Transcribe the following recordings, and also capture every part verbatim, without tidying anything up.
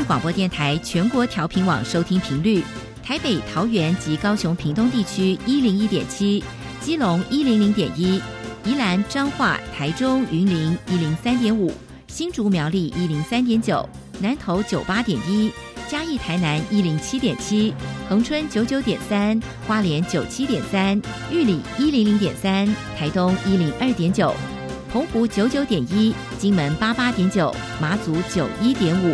广播电台全国调频网收听频率：台北、桃园及高雄屏东地区一零一点七，基隆一零零点一，宜兰、彰化、台中、云林一零三点五，新竹苗栗一零三点九，南投九八点一，嘉义台南一零七点七，恒春九九点三，花莲九七点三，玉里一零零点三，台东一零二点九，澎湖九九点一，金门八八点九，马祖九一点五。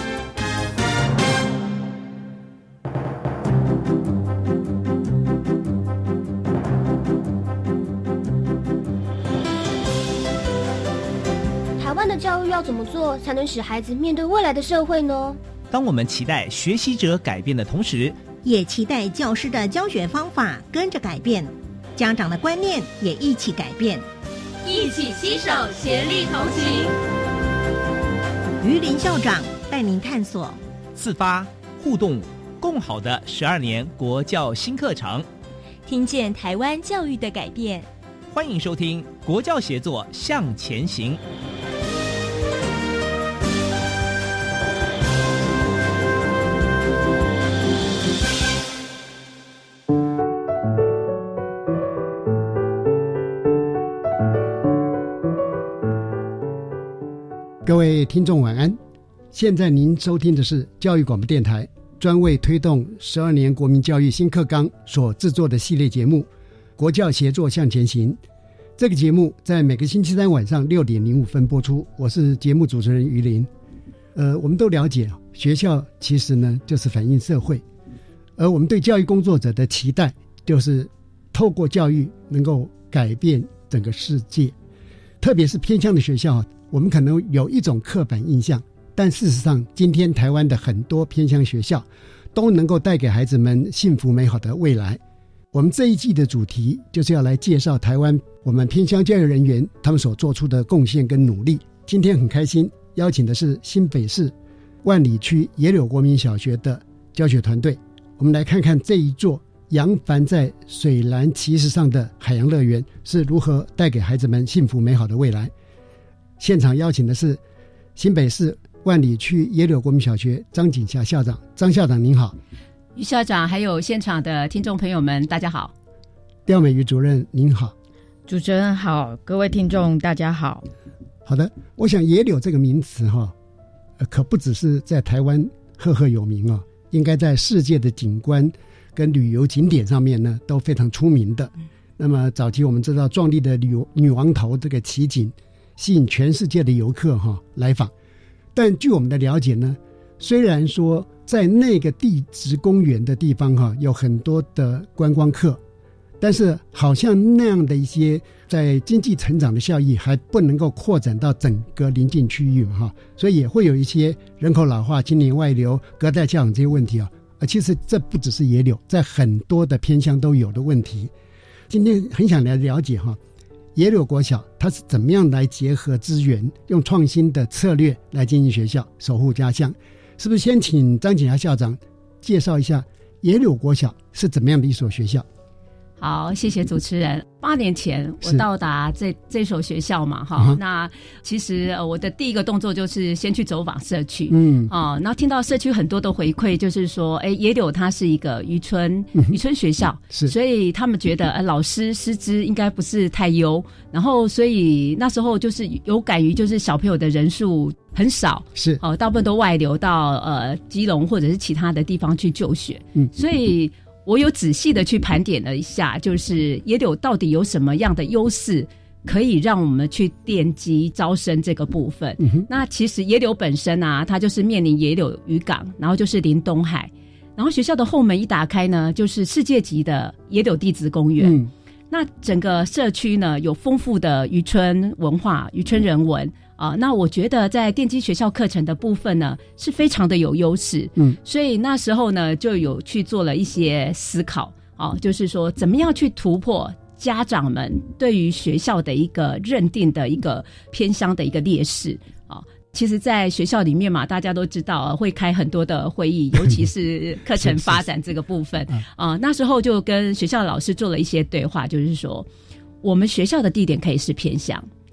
台湾的教育要怎么做才能使孩子面对未来的社会呢？ 当我们期待学习者改变的同时， 也期待教师的教学方法跟着改变，家长的观念也一起改变， 一起携手协力同行。 于林校长带您探索自发互动共好的十二年国教新课程， 听见台湾教育的改变。 欢迎收听国教协作向前行。 各位听众晚安，现在您收听的是教育广播电台专为推动十二年国民教育新课纲所制作的系列节目国教协作向前行。这个节目在每个星期三晚上六点零五分播出，我是节目主持人于林。呃，我们都了解学校其实呢就是反映社会，而我们对教育工作者的期待就是透过教育能够改变整个世界，特别是偏乡的学校，我们可能有一种刻板印象，但事实上今天台湾的很多偏乡学校都能够带给孩子们幸福美好的未来。我们这一季的主题就是要来介绍台湾我们偏乡教育人员他们所做出的贡献跟努力。今天很开心邀请的是新北市万里区野柳国民小学的教学团队，我们来看看这一座扬帆在水蓝旗帜上的海洋乐园是如何带给孩子们幸福美好的未来。现场邀请的是新北市万里区野柳国民小学张锦霞校长。张校长您好。 于校长还有现场的听众朋友们大家好。 廖美瑜主任您好。 主持人好，各位听众大家好。 好的，我想野柳这个名词哈、呃，可不只是在台湾赫赫有名哦，应该在世界的景观跟旅游景点上面呢都非常出名的。嗯、那么早期我们知道壮丽的女女王头这个奇景吸引全世界的游客哈、哦、来访，但据我们的了解呢，虽然说在那个地质公园的地方哈、哦、有很多的观光客，但是好像那样的一些在经济成长的效益还不能够扩展到整个邻近区域哈、哦，所以也会有一些人口老化、青年外流、隔代教养这些问题啊、哦。其实这不只是野柳，在很多的偏乡都有的问题。今天很想来了解哈、哦。野柳国小它是怎么样来结合资源，用创新的策略来经营学校，守护家乡？是不是先请张锦霞校长介绍一下野柳国小是怎么样的一所学校？ 好，谢谢主持人。八年前我到达这这所学校嘛，哈、uh-huh. 那其实、呃、我的第一个动作就是先去走访社区，嗯，哦，然后听到社区很多的回馈，就是说，哎，野柳它是一个渔村、嗯、渔村学校，是，所以他们觉得、呃、老师师资应该不是太优，然后所以那时候就是有感于就是小朋友的人数很少，是，哦，大部分都外流到呃基隆或者是其他的地方去就学，嗯，所以我有仔细的去盘点了一下，就是野柳到底有什么样的优势可以让我们去奠基招生这个部分、嗯、那其实野柳本身啊，它就是面临野柳渔港，然后就是临东海，然后学校的后门一打开呢，就是世界级的野柳地质公园、嗯、那整个社区呢有丰富的渔村文化、渔村人文啊，那我觉得在奠基学校课程的部分呢，是非常的有优势。嗯，所以那时候呢，就有去做了一些思考，啊，就是说怎么样去突破家长们对于学校的一个认定的一个偏乡的一个劣势啊。其实在学校里面嘛，大家都知道、啊、会开很多的会议，尤其是课程发展这个部分啊。那时候就跟学校的老师做了一些对话，就是说我们学校的地点可以是偏乡，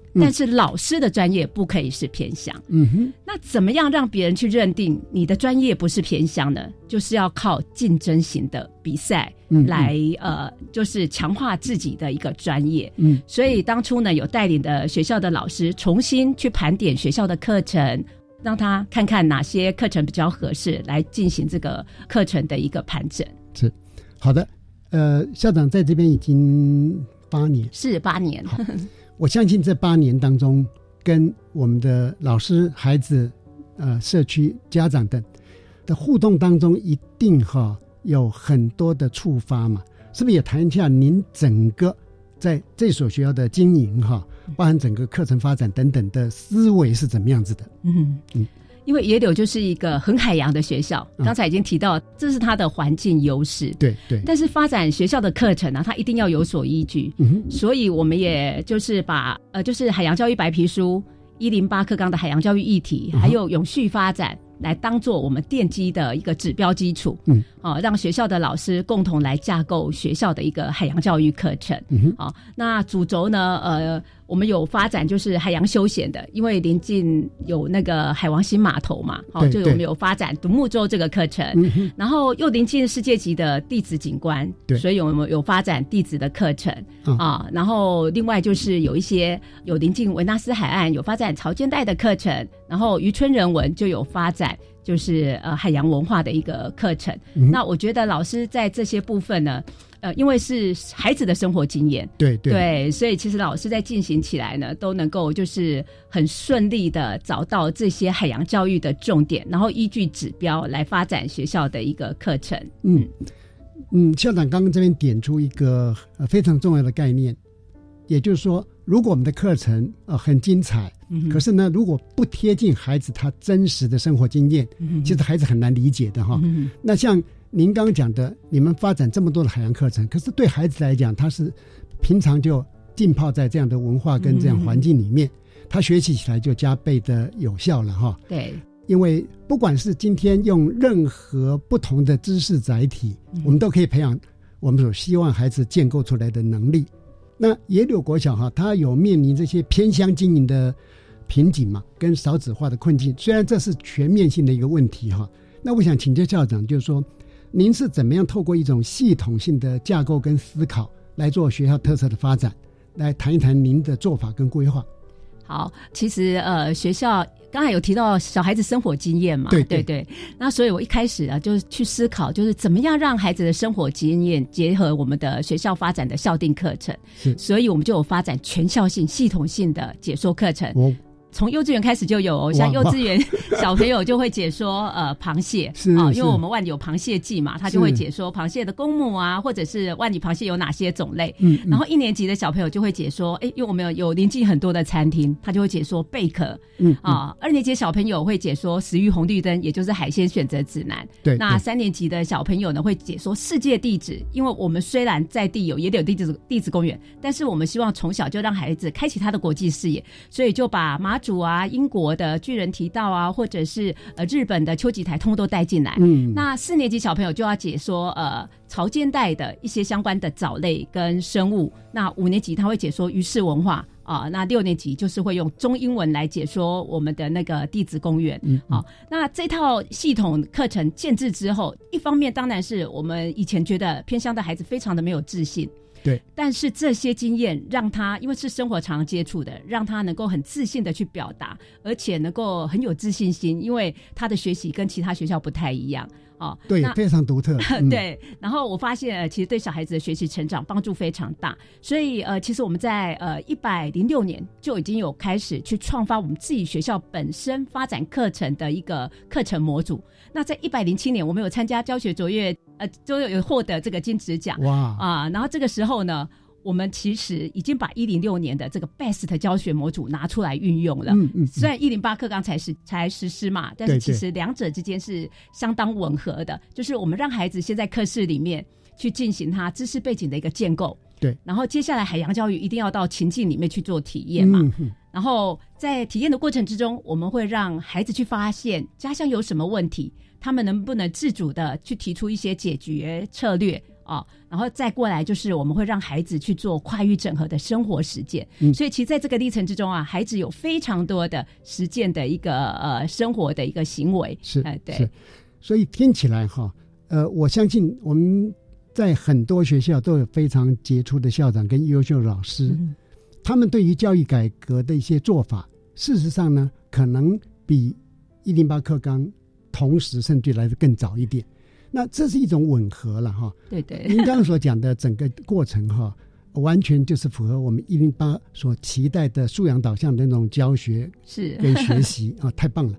但是老师的专业不可以是偏乡。 嗯哼， 那怎么样让别人去认定你的专业不是偏乡呢？就是要靠竞争型的比赛来、嗯嗯、呃，就是强化自己的一个专业。嗯，所以当初呢，有带领的学校的老师重新去盘点学校的课程，让他看看哪些课程比较合适，来进行这个课程的一个盘整。 是，好的。呃，校长在这边已经八年， 是八年。 我相信这八年当中，跟我们的老师、孩子、呃社区、家长等的互动当中，一定哈有很多的触发嘛。是不是也谈一下您整个在这所学校的经营哈，包含整个课程发展等等的思维是怎么样子的？ 嗯嗯。因为野柳就是一个很海洋的学校，刚才已经提到，这是它的环境优势。 对对。 但是发展学校的课程呢、啊，它一定要有所依据。嗯，所以我们也就是把呃，就是海洋教育白皮书一零八课纲的海洋教育议题，还有永续发展，来当做我们奠基的一个指标基础。嗯，啊，让学校的老师共同来架构学校的一个海洋教育课程。嗯，啊，那主轴呢，呃。我们有发展就是海洋休闲的，因为临近有那个海王星码头嘛，好、哦，就我们有发展独木舟这个课程，嗯、然后又临近世界级的地质景观，对，所以我们有发展地质的课程、嗯、啊，然后另外就是有一些有临近维纳斯海岸有发展潮间带的课程，然后渔村人文就有发展就是呃海洋文化的一个课程、嗯。那我觉得老师在这些部分呢。呃，因为是孩子的生活经验， 对 对, 对，所以其实老师在进行起来呢，都能够就是很顺利的找到这些海洋教育的重点，然后依据指标来发展学校的一个课程。 嗯嗯，校长刚刚这边点出一个呃非常重要的概念，也就是说，如果我们的课程呃很精彩，嗯、可是呢，如果不贴近孩子他真实的生活经验，嗯、其实孩子很难理解的哈。嗯、那像您刚刚讲的，你们发展这么多的海洋课程，可是对孩子来讲，他是平常就浸泡在这样的文化跟这样环境里面，嗯、他学习起来就加倍的有效了哈。 对， 因为不管是今天用任何不同的知识载体，嗯、我们都可以培养我们所希望孩子建构出来的能力。那野柳国小哈，它有面临这些偏乡经营的瓶颈嘛，跟少子化的困境，虽然这是全面性的一个问题哈。那我想请教校长，就是说，您是怎么样透过一种系统性的架构跟思考来做学校特色的发展，来谈一谈您的做法跟规划？ 好，其实呃，学校刚才有提到小孩子生活经验嘛， 对对对, 对，那所以我一开始啊，就是去思考，就是怎么样让孩子的生活经验结合我们的学校发展的校定课程，所以我们就有发展全校性、系统性的解说课程。哦，从幼稚园开始就有，像幼稚园小朋友就会解说呃螃蟹是啊， 因为我们万里有螃蟹季嘛，他就会解说螃蟹的公母啊，或者是万里螃蟹有哪些种类。嗯，然后一年级的小朋友就会解说，哎，因为我们有有临近很多的餐厅，他就会解说贝壳。嗯啊，二年级小朋友会解说食欲红绿灯，也就是海鲜选择指南。 对， 那三年级的小朋友呢会解说世界地质，因为我们虽然在地有也有地质地质公园，但是我们希望从小就让孩子开启他的国际视野，所以就把马祖啊、英国的巨人提到啊，或者是呃日本的秋吉台通都带进来。嗯，那四年级小朋友就要解说呃潮间带的一些相关的藻类跟生物。那五年级他会解说鱼市文化啊、呃，那六年级就是会用中英文来解说我们的那个地质公园。嗯，好、哦，那这套系统课程建制之后，一方面当然是我们以前觉得偏乡的孩子非常的没有自信。 对， 但是这些经验让他，因为是生活常接触的，让他能够很自信的去表达，而且能够很有自信心，因为他的学习跟其他学校不太一样。哦， 对，非常独特。嗯、 对，然后我发现，呃，其实对小孩子的学习成长帮助非常大。所以，呃，其实我们在呃一百零六年就已经有开始去创发我们自己学校本身发展课程的一个课程模组。那在一百零七年，我们有参加教学卓越，呃，就有获得这个金质奖。哇啊！然后这个时候呢，我们其实已经把一零六年的这个 best 教学模组拿出来运用了。嗯嗯嗯，虽然一零八课纲才实才实施嘛，但是其实两者之间是相当吻合的。就是我们让孩子先在课室里面去进行他知识背景的一个建构， 对， 然后接下来海洋教育一定要到情境里面去做体验嘛。嗯，然后在体验的过程之中，我们会让孩子去发现家乡有什么问题，他们能不能自主的去提出一些解决策略。 哦，然后再过来就是我们会让孩子去做跨域整合的生活实践、嗯、所以其实在这个历程之中啊，孩子有非常多的实践的一个呃生活的一个行为， 是、 呃、对， 是，所以听起来哈，呃，我相信我们在很多学校都有非常杰出的校长跟优秀的老师、嗯、他们对于教育改革的一些做法，事实上呢可能比一零八课纲同时甚至来得更早一点，那这是一种吻合了哈。 对对， 您刚刚所讲的整个过程哈，完全就是符合我们一零八所期待的素养导向的那种教学是跟学习啊，太棒了。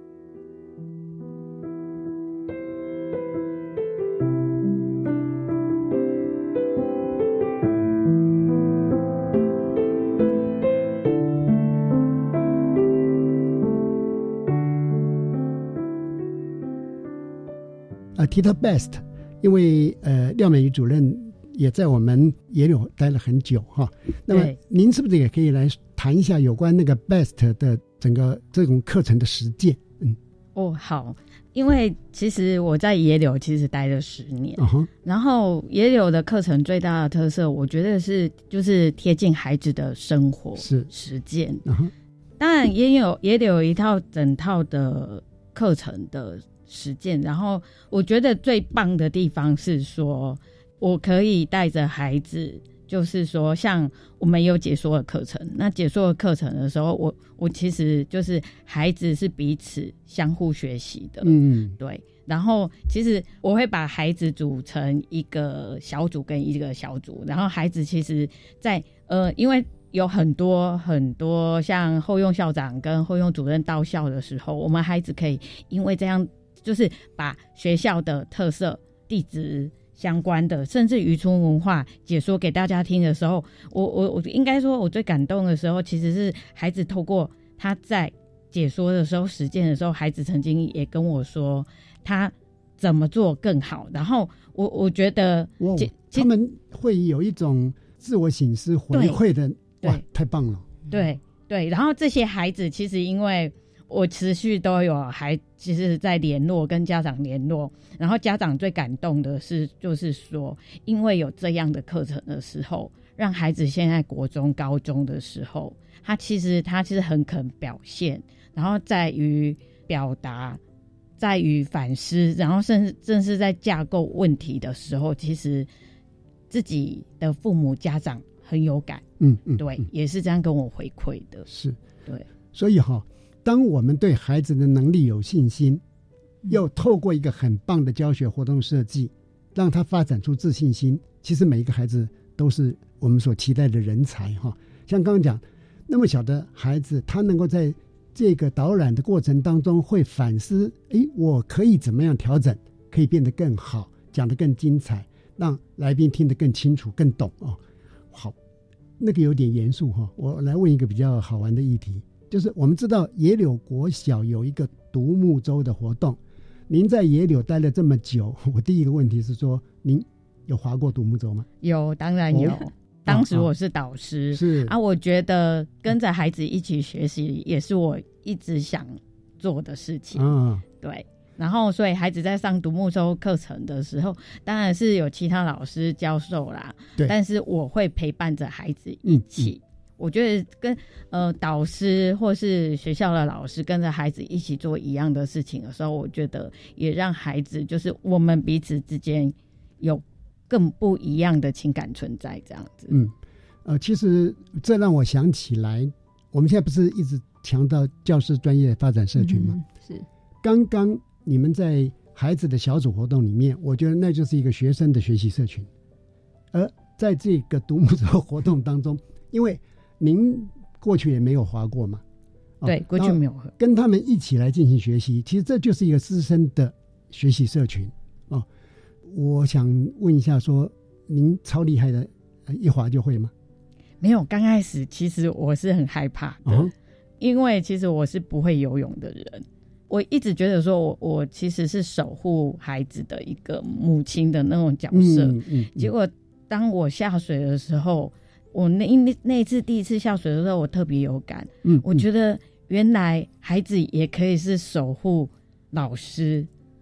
呃，提到 best， 因为呃廖美瑜主任也在我们野柳待了很久哈，那么您是不是也可以来谈一下有关那个 best 的整个这种课程的实践？嗯， 哦，好，因为其实我在野柳其实待了十年， uh-huh. 然后野柳的课程最大的特色，我觉得是就是贴近孩子的生活是实践。Uh-huh. 当然也有也有一套整套的课程的实践，然后我觉得最棒的地方是说我可以带着孩子，就是说像我们有解说的课程，那解说的课程的时候，我我其实就是孩子是彼此相互学习的，嗯，对。然后其实我会把孩子组成一个小组跟一个小组，然后孩子其实在呃因为有很多很多像后用校长跟后用主任到校的时候，我们孩子可以因为这样就是把学校的特色地质相关的甚至渔村文化解说给大家听的时候，我我我应该说我最感动的时候其实是孩子透过他在解说的时候实践的时候，孩子曾经也跟我说他怎么做更好，然后我我觉得他们会有一种自我省思回馈的，哇，太棒了。 对对，然后这些孩子其实因为我持续都有还其实在联络跟家长联络，然后家长最感动的是就是说因为有这样的课程的时候，让孩子现在国中高中的时候，他其实他其实很肯表现，然后在于表达，在于反思，然后甚至正是在架构问题的时候，其实自己的父母家长很有感，嗯嗯，对，也是这样跟我回馈的， 是， 对， 所以哈、哦，当我们对孩子的能力有信心，又透过一个很棒的教学活动设计，让他发展出自信心，其实每一个孩子都是我们所期待的人才哈。像刚刚讲，那么小的孩子，他能够在这个导览的过程当中会反思，诶，我可以怎么样调整，可以变得更好，讲得更精彩，让来宾听得更清楚、更懂哦。好，那个有点严肃哈，我来问一个比较好玩的议题，就是我们知道野柳国小有一个独木舟的活动，您在野柳待了这么久，我第一个问题是说，您有划过独木舟吗？ 有，当然有。哦，当时我是导师，是啊，我觉得跟着孩子一起学习也是我一直想做的事情，嗯，对。然后所以孩子在上独木舟课程的时候，当然是有其他老师教授啦，对，但是我会陪伴着孩子一起，嗯嗯，我觉得跟呃导师或是学校的老师跟着孩子一起做一样的事情的时候，我觉得也让孩子就是我们彼此之间有更不一样的情感存在，这样子。 嗯，呃，其实这让我想起来，我们现在不是一直强调教师专业发展社群吗？嗯，是。刚刚你们在孩子的小组活动里面，我觉得那就是一个学生的学习社群。而在这个独木舟活动当中，因为您过去也没有划过嘛， 对，哦，过去没有， 跟他们一起来进行学习，其实这就是一个资深的学习社群哦。我想问一下说，您超厉害的，一划就会吗？ 没有，刚开始其实我是很害怕的，哦，因为其实我是不会游泳的人。我一直觉得说我我其实是守护孩子的一个母亲的那种角色，嗯嗯嗯，结果当我下水的时候，我那那那一次第一次下水的时候，我特别有感，嗯，我觉得原来孩子也可以是守护老师，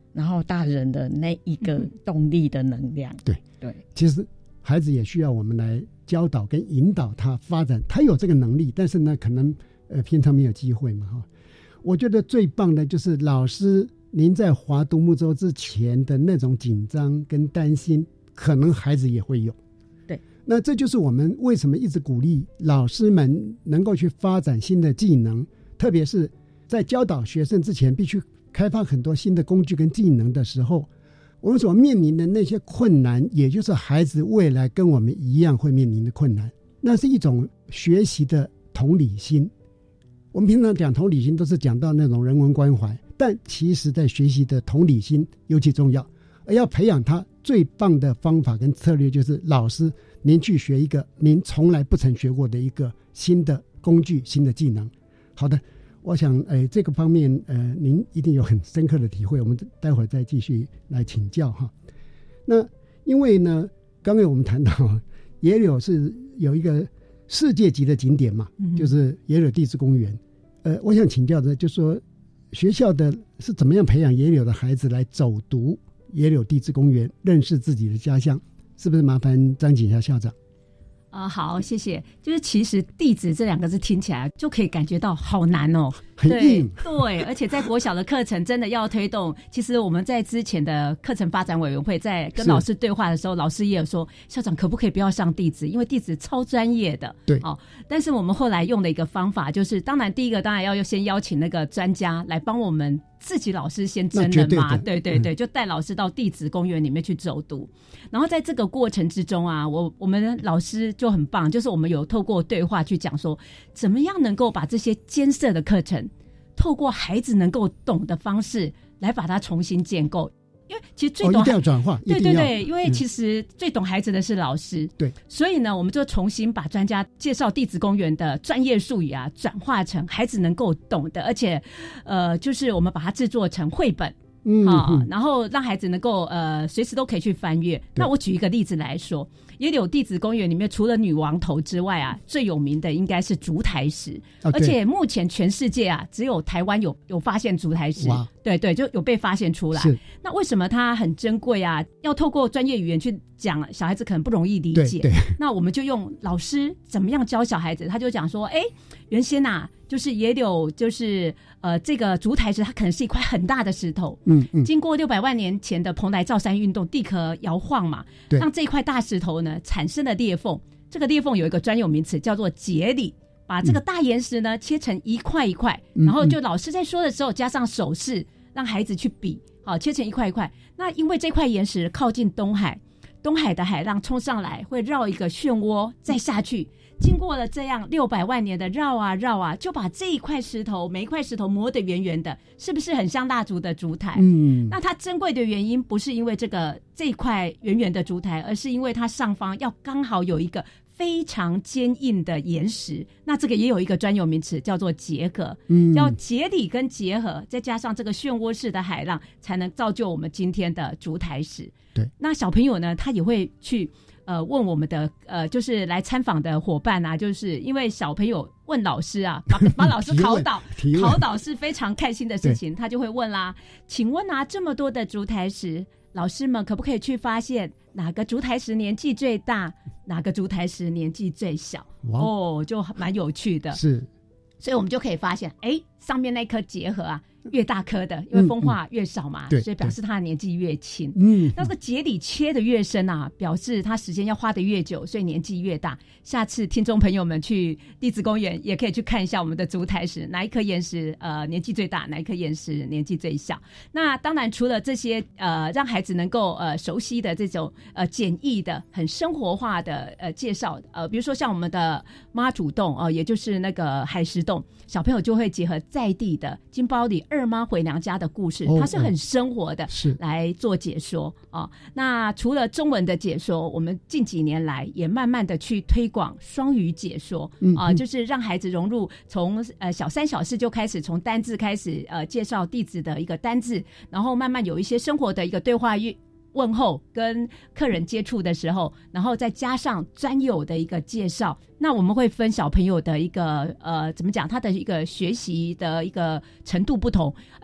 然后大人的那一个动力的能量。 对对， 其实孩子也需要我们来教导跟引导他发展，他有这个能力，但是呢，可能呃平常没有机会嘛哈。我觉得最棒的就是老师您在划独木舟之前的那种紧张跟担心，可能孩子也会有。 对， 那这就是我们为什么一直鼓励老师们能够去发展新的技能，特别是在教导学生之前必须开发很多新的工具跟技能的时候，我们所面临的那些困难，也就是孩子未来跟我们一样会面临的困难，那是一种学习的同理心。我们平常讲同理心都是讲到那种人文关怀，但其实在学习的同理心尤其重要，而要培养它最棒的方法跟策略就是老师您去学一个您从来不曾学过的一个新的工具新的技能。好的，我想呃这个方面呃您一定有很深刻的体会，我们待会儿再继续来请教哈。那因为呢刚才我们谈到野柳是有一个世界级的景点嘛，嗯、就是野柳地质公园。呃，我想请教的就是说，学校的是怎么样培养野柳的孩子来走读野柳地质公园，认识自己的家乡？是不是麻烦张锦霞校长？ 啊、呃，好，谢谢。就是其实地质这两个字听起来就可以感觉到好难哦， 很硬。 对，对，而且在国小的课程真的要推动。其实我们在之前的课程发展委员会在跟老师对话的时候，老师也有说，校长可不可以不要上地质，因为地质超专业的。 对， 哦，但是我们后来用的一个方法就是，当然第一个当然要先邀请那个专家来帮我们。自己老师先真人嘛，对对对，就带老师到地质公园里面去走读，然后在这个过程之中啊，我我们老师就很棒，就是我们有透过对话去讲说，怎么样能够把这些艰涩的课程，透过孩子能够懂的方式来把它重新建构。因为其实最懂、 哦、一定要转化， 对对对，因为其实最懂孩子的是老师， 对、嗯， 所以呢，我们就重新把专家介绍地质公园的专业术语啊，转化成孩子能够懂的，而且，呃，就是我们把它制作成绘本，嗯啊、哦，然后让孩子能够呃随时都可以去翻阅。那我举一个例子来说，野柳地质公园里面除了女王头之外啊，最有名的应该是烛台石，哦、而且目前全世界啊，只有台湾有有发现烛台石，对对，就有被发现出来。那为什么它很珍贵啊？要透过专业语言去讲，小孩子可能不容易理解。 对对， 那我们就用老师怎么样教小孩子，他就讲说，哎，原先啊，就是野柳，就是呃，这个烛台石，它可能是一块很大的石头，嗯嗯，经过六百万年前的蓬莱造山运动，地壳摇晃嘛，让这一块大石头呢产生了裂缝。这个裂缝有一个专有名词叫做节理，把这个大岩石呢、嗯、切成一块一块，然后就老师在说的时候加上手势，让孩子去比，好，切成一块一块。那因为这块岩石靠近东海，东海的海浪冲上来会绕一个漩涡再下去，经过了这样六百万年的绕啊绕啊，就把这一块石头每一块石头磨得圆圆的，是不是很像蜡烛的烛台？嗯，那它珍贵的原因不是因为这个这一块圆圆的烛台，而是因为它上方要刚好有一个非常坚硬的岩石，那这个也有一个专有名词叫做结合，嗯，要结理跟结合，再加上这个漩涡式的海浪，才能造就我们今天的烛台石。 对， 那小朋友呢，他也会去呃问我们的呃，就是来参访的伙伴啊，就是因为小朋友问老师啊，把把老师考倒，考倒是非常开心的事情，他就会问啦，请问啊，这么多的烛台石，老师们可不可以去发现哪个烛台石年纪最大，哪个烛台石年纪最小？哦，就蛮有趣的。 是， 所以我们就可以发现，哎，上面那颗结核啊，越大颗的，因为风化越少嘛，嗯嗯、所以表示它的年纪越轻。嗯，那这个节理切的越深啊，表示它时间要花的越久，所以年纪越大。下次听众朋友们去地质公园也可以去看一下我们的烛台石，哪一颗岩石呃年纪最大，哪一颗岩石年纪最小。那当然除了这些呃让孩子能够呃熟悉的这种呃简易的、很生活化的呃介绍，呃比如说像我们的妈祖洞哦、呃，也就是那个海石洞，小朋友就会结合在地的金包里二妈回娘家的故事，它是很生活的， 是来做解说哦。那除了中文的解说，我们近几年来也慢慢的去推广双语解说啊、嗯呃，就是让孩子融入从呃小三小四就开始从单字开始呃介绍地址的一个单字，然后慢慢有一些生活的一个对话问候跟客人接触的时候，然后再加上专有的一个介绍，那我们会分小朋友的一个呃怎么讲，他的一个学习的一个程度不同，哎。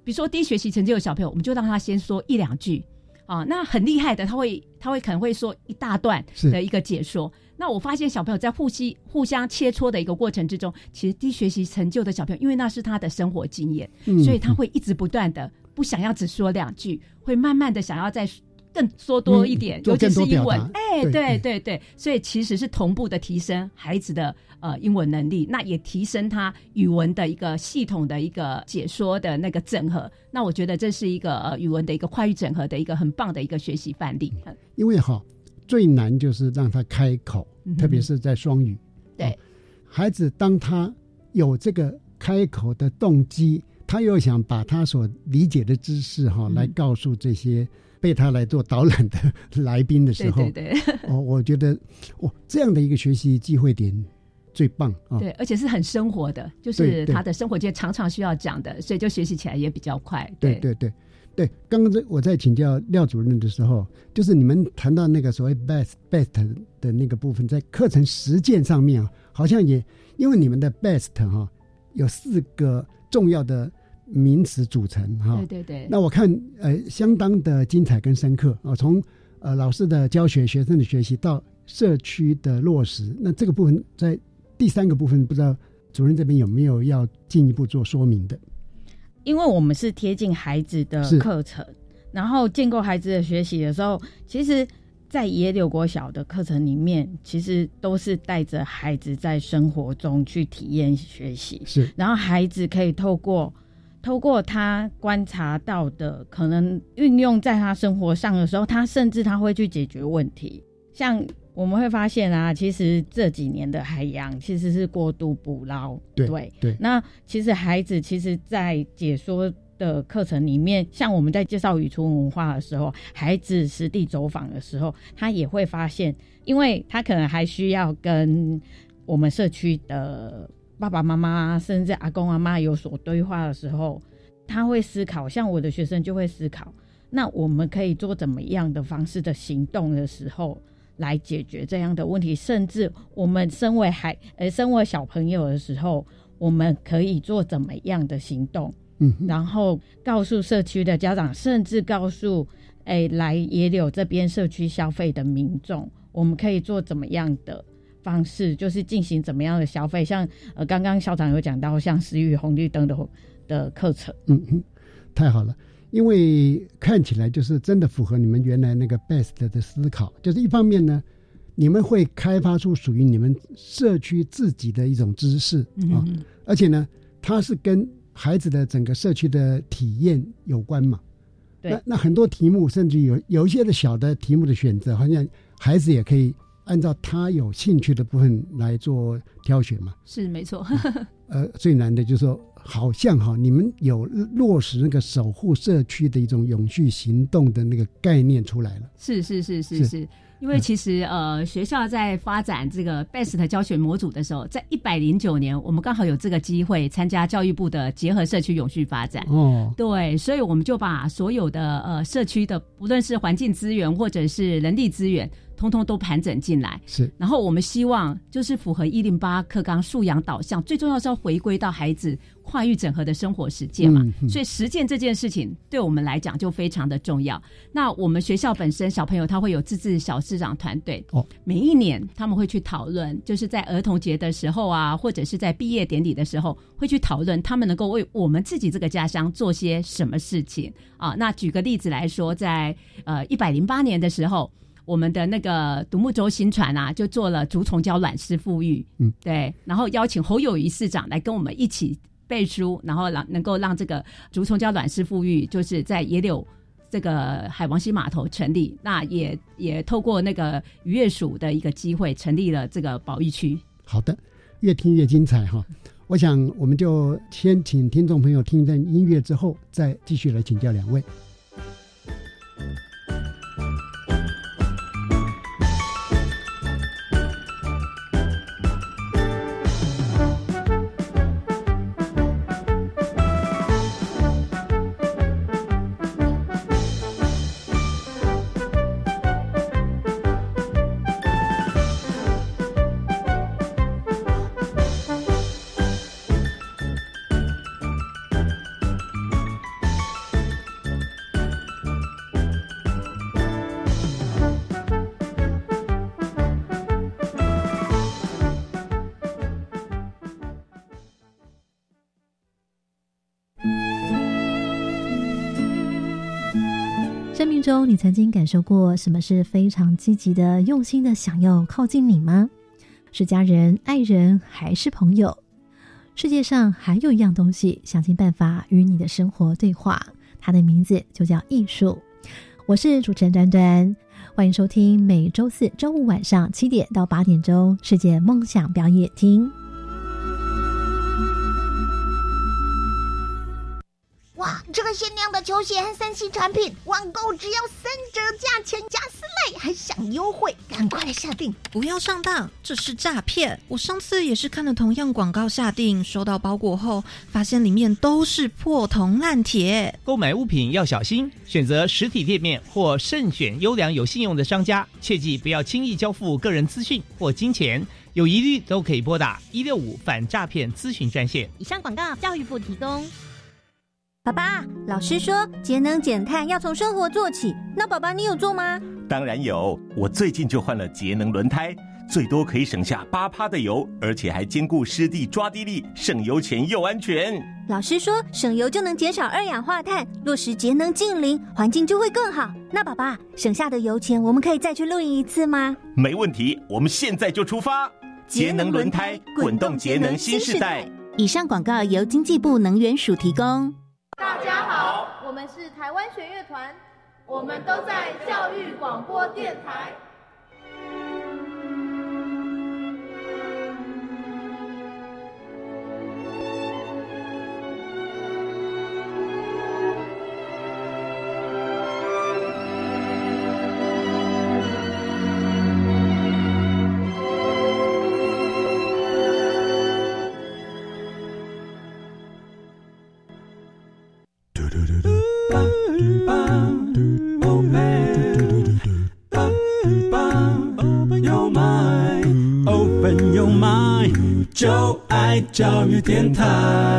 比如说低学习成就的小朋友，我们就让他先说一两句啊，那很厉害的，他会他会可能会说一大段的一个解说。那我发现小朋友在互吸互相切磋的一个过程之中，其实低学习成就的小朋友，因为那是他的生活经验，嗯、所以他会一直不断的不想要只说两句，会慢慢的想要再更说多一点，嗯、尤其是英文，哎，对对 对, 对，所以其实是同步的提升孩子的呃英文能力，那也提升他语文的一个系统的一个解说的那个整合。那我觉得这是一个呃语文的一个跨域整合的一个很棒的一个学习范例。嗯、 因为哈最难就是让他开口，嗯、特别是在双语。 对、 哦，孩子当他有这个开口的动机，他又想把他所理解的知识哈、哦嗯、来告诉这些被他来做导览的来宾的时候， 对对对， 哦，我觉得哦这样的一个学习机会点最棒啊、哦！ 对，而且是很生活的，就是他的生活界常常需要讲的，所以就学习起来也比较快。 对对对对，刚刚我在请教廖主任的时候，就是你们谈到那个所谓 best best 的那个部分，在课程实践上面啊，好像也因为你们的 best 哈、啊、有四个重要的名词组成哈、啊， 对对对。 那我看呃相当的精彩跟深刻啊，从呃老师的教学、学生的学习到社区的落实，那这个部分在第三个部分，不知道主任这边有没有要进一步做说明的？ 因为我们是贴近孩子的课程，然后建构孩子的学习的时候，其实在野柳国小的课程里面，其实都是带着孩子在生活中去体验学习， 是， 然后孩子可以透过透过他观察到的，可能运用在他生活上的时候，他甚至他会去解决问题。像我们会发现啊，其实这几年的海洋其实是过度捕捞， 对对, 对。 那其实孩子其实在解说的课程里面，像我们在介绍渔村文化的时候，孩子实地走访的时候，他也会发现，因为他可能还需要跟我们社区的爸爸妈妈甚至阿公阿嬷有所对话的时候，他会思考，像我的学生就会思考，那我们可以做怎么样的方式的行动的时候来解决这样的问题，甚至我们身为孩呃身为小朋友的时候，我们可以做怎么样的行动，嗯，然后告诉社区的家长，甚至告诉诶来野柳这边社区消费的民众，我们可以做怎么样的方式，就是进行怎么样的消费，像呃刚刚校长有讲到像食育红绿灯的的课程， 嗯嗯，太好了。因为看起来就是真的符合你们原来那个 best 的思考，就是一方面呢，你们会开发出属于你们社区自己的一种知识啊、嗯，而且呢，它是跟孩子的整个社区的体验有关嘛。 对， 那那很多题目，甚至有有一些的小的题目的选择，好像孩子也可以按照他有兴趣的部分来做挑选嘛。 是没错。 呃，最难的就是说，好像哈，你们有落实那个守护社区的一种永续行动的那个概念出来了。 是是是是 是, 是，因为其实、嗯、呃，学校在发展这个 B E S T 教学模组的时候，在一百零九年，我们刚好有这个机会参加教育部的结合社区永续发展。哦，对，所以我们就把所有的呃社区的，不论是环境资源或者是人力资源，通通都盘整进来。 是， 然后我们希望就是符合一零八课纲素养导向，最重要是要回归到孩子跨域整合的生活实践嘛、嗯嗯、所以实践这件事情对我们来讲就非常的重要。那我们学校本身小朋友他会有自治小市长团队、哦、每一年他们会去讨论，就是在儿童节的时候啊，或者是在毕业典礼的时候会去讨论他们能够为我们自己这个家乡做些什么事情啊。那举个例子来说，在呃一百零八年的时候，我们的那个独木舟新船啊，就做了竹虫胶卵丝复育，嗯，对，然后邀请侯友宜市长来跟我们一起背书，然后让能够让这个竹虫胶卵丝复育就是在野柳这个海王溪码头成立，那也也透过那个渔业署的一个机会成立了这个保育区。 好的，越听越精彩哈！我想我们就先请听众朋友听一段音乐之后，再继续来请教两位。 生命中你曾经感受过什么是非常积极的用心的想要靠近你吗？是家人、爱人还是朋友？世界上还有一样东西想尽办法与你的生活对话，它的名字就叫艺术。我是主持人端端，欢迎收听每周四周五晚上七点到八点钟世界梦想表演厅。 哇，这个限量的球鞋和三 C 产品，网购只要三折价钱加四类，还享优惠，赶快来下定！ 不要上当，这是诈骗！我上次也是看了同样广告下定，收到包裹后，发现里面都是破铜烂铁。 购买物品要小心，选择实体店面或慎选优良有信用的商家，切记不要轻易交付个人资讯或金钱。有疑虑都可以拨打一六五反诈骗咨询专线。 以上广告教育部提供。 爸爸，老师说节能减碳要从生活做起，那爸爸你有做吗？ 当然有，我最近就换了节能轮胎，最多可以省下八趴的油，而且还兼顾湿地抓地力，省油钱又安全。 老师说省油就能减少二氧化碳，落实节能净零，环境就会更好。那爸爸，省下的油钱我们可以再去露营一次吗？ 没问题，我们现在就出发。节能轮胎，滚动节能新时代。 以上广告由经济部能源署提供。 大家好，我们是台湾弦乐团，我们都在教育广播电台。 就爱教育电台。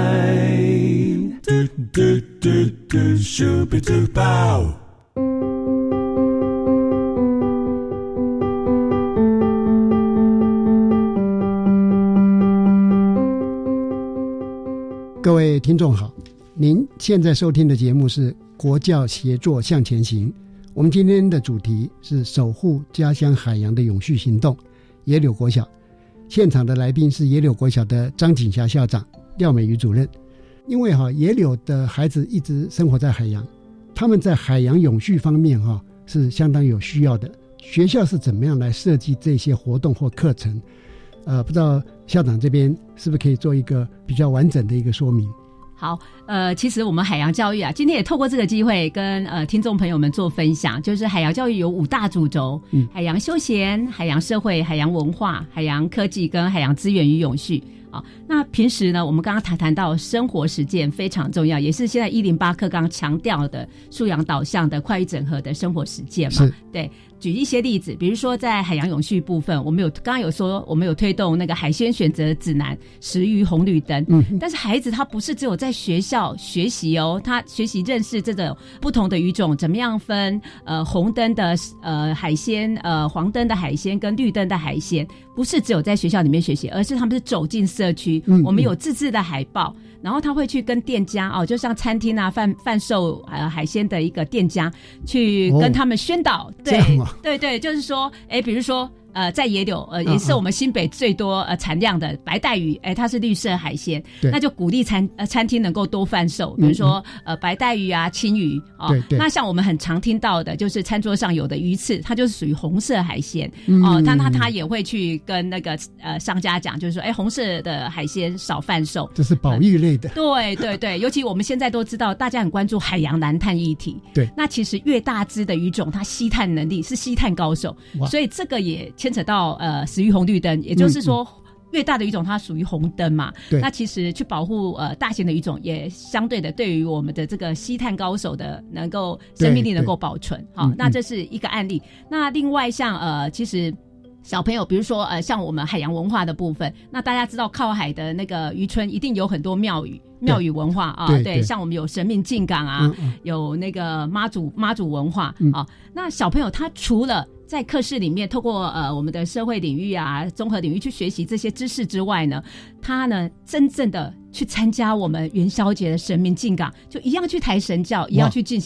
各位听众好，您现在收听的节目是国教协作向前行。我们今天的主题是守护家乡海洋的永续行动，野柳国小。现场的来宾是野柳国小的张景霞校长、廖美瑜主任。因为哈野柳的孩子一直生活在海洋，他们在海洋永续方面哈是相当有需要的。学校是怎么样来设计这些活动或课程？呃，不知道校长这边是不是可以做一个比较完整的一个说明？ 好，呃，其实我们海洋教育啊，今天也透过这个机会跟呃听众朋友们做分享，就是海洋教育有五大主轴，嗯，海洋休闲、海洋社会、海洋文化、海洋科技跟海洋资源与永续。好，那平时呢，我们刚刚谈谈到生活实践非常重要，也是现在一零八课纲强调的素养导向的快与整合的生活实践嘛。对，举一些例子，比如说在海洋永续部分，我们有刚刚有说我们有推动那个海鲜选择指南、食鱼红绿灯，嗯，但是孩子他不是只有在学校学习哦，他学习认识这种不同的鱼种，怎么样分呃红灯的呃海鲜，呃黄灯的海鲜跟绿灯的海鲜，不是只有在学校里面学习，而是他们是走进社区，嗯，我们有自制的海报，然后他会去跟店家哦，就像餐厅啊贩贩售呃海鲜的一个店家去跟他们宣导，哦，对，啊，对对，就是说，哎，比如说。呃，在野柳，呃，也是我们新北最多呃产量的白带鱼，哎，它是绿色海鲜，那就鼓励餐呃餐厅能够多贩售，比如说、嗯、呃白带鱼啊、青鱼哦。对对。那像我们很常听到的，就是餐桌上有的鱼翅，它就是属于红色海鲜、嗯、哦。但他他也会去跟那个呃商家讲，就是说，哎，红色的海鲜少贩售， 这是保育类的。呃、 对对对，尤其我们现在都知道，大家很关注海洋蓝碳议题。对。那其实越大只的鱼种，它吸碳能力是吸碳高手，所以这个也。牵扯到呃食鱼红绿灯，也就是说、嗯、越大的鱼种它属于红灯嘛，那其实去保护呃大型的鱼种也相对的对于我们的这个吸碳高手的能够生命力能够保存。好、嗯，那这是一个案例。那另外像呃其实小朋友比如说呃像我们海洋文化的部分，那大家知道靠海的那个渔村一定有很多庙宇庙宇文化啊， 对, 对, 对，像我们有神明进港啊、嗯嗯、有那个妈祖妈祖文化、嗯、啊，那小朋友他除了在课室里面透过呃我们的社会领域啊综合领域去学习这些知识之外呢，他呢真正的去参加我们元宵节的神明进港，就一样去抬神轿，一样去进行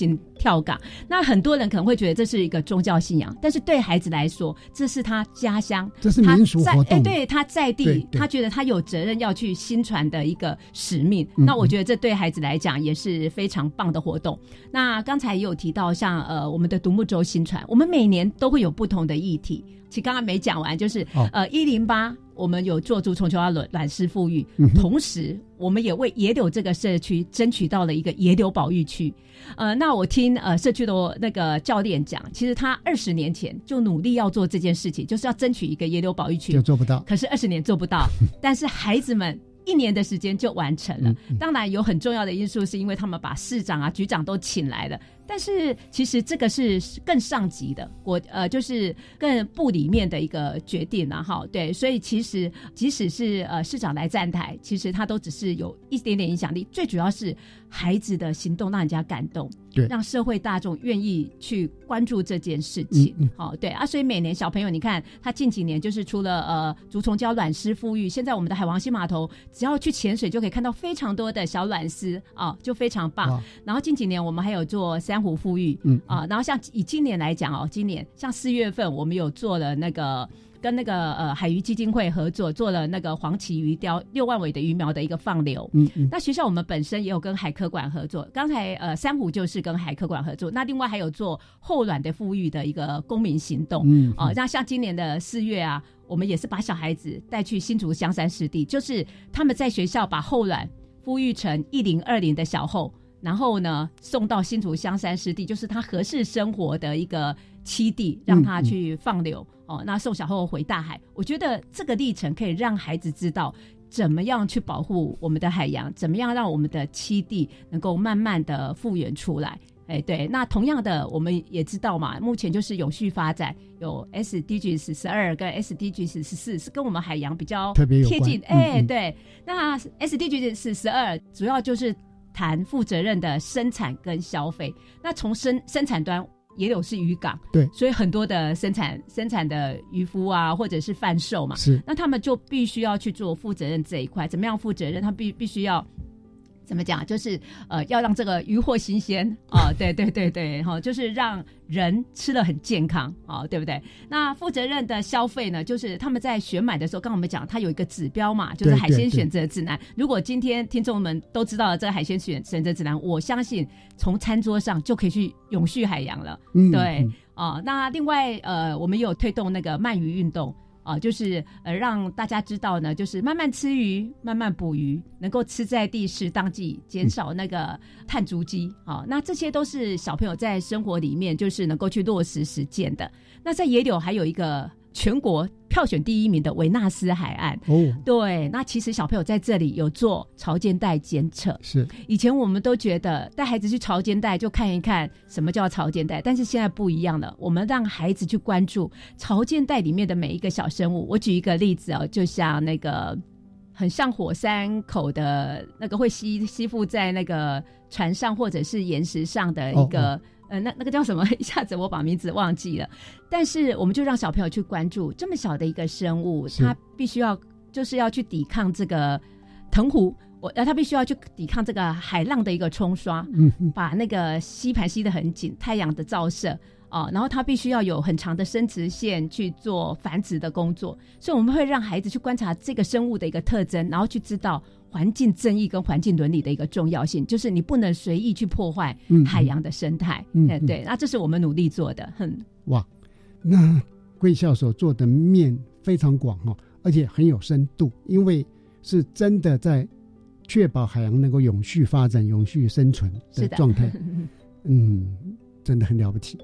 跳港。那很多人可能会觉得这是一个宗教信仰，但是对孩子来说，这是他家乡， 这是民俗活动， 哎，对，他在地，他觉得他有责任要去心传的一个使命。嗯、那我觉得这对孩子来讲也是非常棒的活动。那刚才也有提到像呃我们的独木舟心传，我们每年都会有不同的议题。其实刚刚没讲完，就是、哦、呃一零八我们有做竹虫球蛙卵丝复育、嗯，同时我们也为野柳这个社区争取到了一个野柳保育区。呃，那我听呃社区的那个教练讲，其实他二十年前就努力要做这件事情，就是要争取一个野柳保育区， 就做不到。 可是二十年做不到，但是孩子们一年的时间就完成了。嗯嗯、当然有很重要的因素是因为他们把市长啊、局长都请来了。但是其实这个是更上级的国呃，就是更部里面的一个决定啊，哈，对，所以其实即使是呃市长来站台，其实他都只是有一点点影响力，最主要是孩子的行动让人家感动，对，让社会大众愿意去关注这件事情，嗯嗯、好，对啊，所以每年小朋友你看，他近几年就是除了呃竹虫礁卵丝复育，现在我们的海王星码头只要去潜水就可以看到非常多的小卵丝啊，就非常棒。然后近几年我们还有做珊瑚复育，嗯啊，然后像以今年来讲哦，今年像四月份我们有做了那个跟那个呃海鱼基金会合作，做了那个黄鳍鱼雕六万尾的鱼苗的一个放流，嗯嗯，那学校我们本身也有跟海科馆合作，刚才呃珊瑚就是跟海科馆合作，那另外还有做后卵的复育的一个公民行动，嗯啊，那像今年的四月啊，我们也是把小孩子带去新竹香山湿地，就是他们在学校把后卵复育成一零二零的小后。然后呢，送到新竹香山湿地，就是他合适生活的一个栖地，让他去放流、嗯嗯、哦。那送小后回大海，我觉得这个历程可以让孩子知道怎么样去保护我们的海洋，怎么样让我们的栖地能够慢慢的复原出来。哎，对，那同样的，我们也知道嘛，目前就是永续发展有 S D Gs 十二跟 S D Gs 十四是跟我们海洋比较贴近。哎、嗯嗯，对，那 S D Gs 十二主要就是谈负责任的生产跟消费。那从生生产端，野柳是渔港，对，所以很多的生产生产的渔夫啊，或者是贩售嘛，是，那他们就必须要去做负责任这一块。怎么样负责任？他必必须要。怎么讲？就是呃，要让这个渔获新鲜啊、呃，对对对对，哈、哦，就是让人吃得很健康啊、哦，对不对？那负责任的消费呢，就是他们在选买的时候，刚刚我们讲，它有一个指标嘛，就是海鲜选择指南。如果今天听众们都知道了这个海鲜选选择指南，我相信从餐桌上就可以去永续海洋了。嗯，对啊、呃。那另外呃，我们也有推动那个鳗鱼运动。啊、呃，就是呃，让大家知道呢，就是慢慢吃鱼，慢慢捕鱼，能够吃在地、适当季，减少那个碳足迹。啊、哦，那这些都是小朋友在生活里面就是能够去落实实践的。那在野柳还有一个全国票选第一名的维纳斯海岸哦，对，那其实小朋友在这里有做潮间带监测，是以前我们都觉得带孩子去潮间带就看一看什么叫潮间带，但是现在不一样了，我们让孩子去关注潮间带里面的每一个小生物。我举一个例子哦，就像那个很像火山口的那个会吸吸附在那个船上或者是岩石上的一个。哦哦呃，那那个叫什么？一下子我把名字忘记了。但是我们就让小朋友去关注这么小的一个生物，它必须要就是要去抵抗这个藤壶，我呃，它必须要去抵抗这个海浪的一个冲刷，嗯，把那个吸盘吸得很紧，太阳的照射啊、呃，然后它必须要有很长的生殖线去做繁殖的工作，所以我们会让孩子去观察这个生物的一个特征，然后去知道。环境正义跟环境伦理的一个重要性，就是你不能随意去破坏海洋的生态。嗯，嗯对，那这是我们努力做的。哼， 哇，那贵校所做的面非常广哦，而且很有深度，因为是真的在确保海洋能够永续发展、永续生存的状态。嗯，真的很了不起。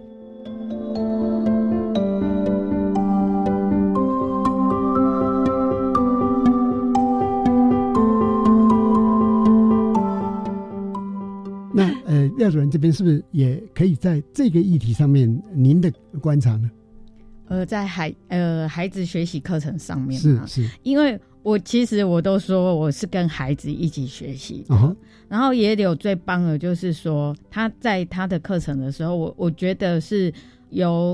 那呃，廖主任这边是不是也可以在这个议题上面，您的观察呢？ 呃，在孩呃孩子学习课程上面是是， 因为我其实我都说我是跟孩子一起学习的，uh-huh. 然后野柳最棒的就是说他在他的课程的时候，我我觉得是由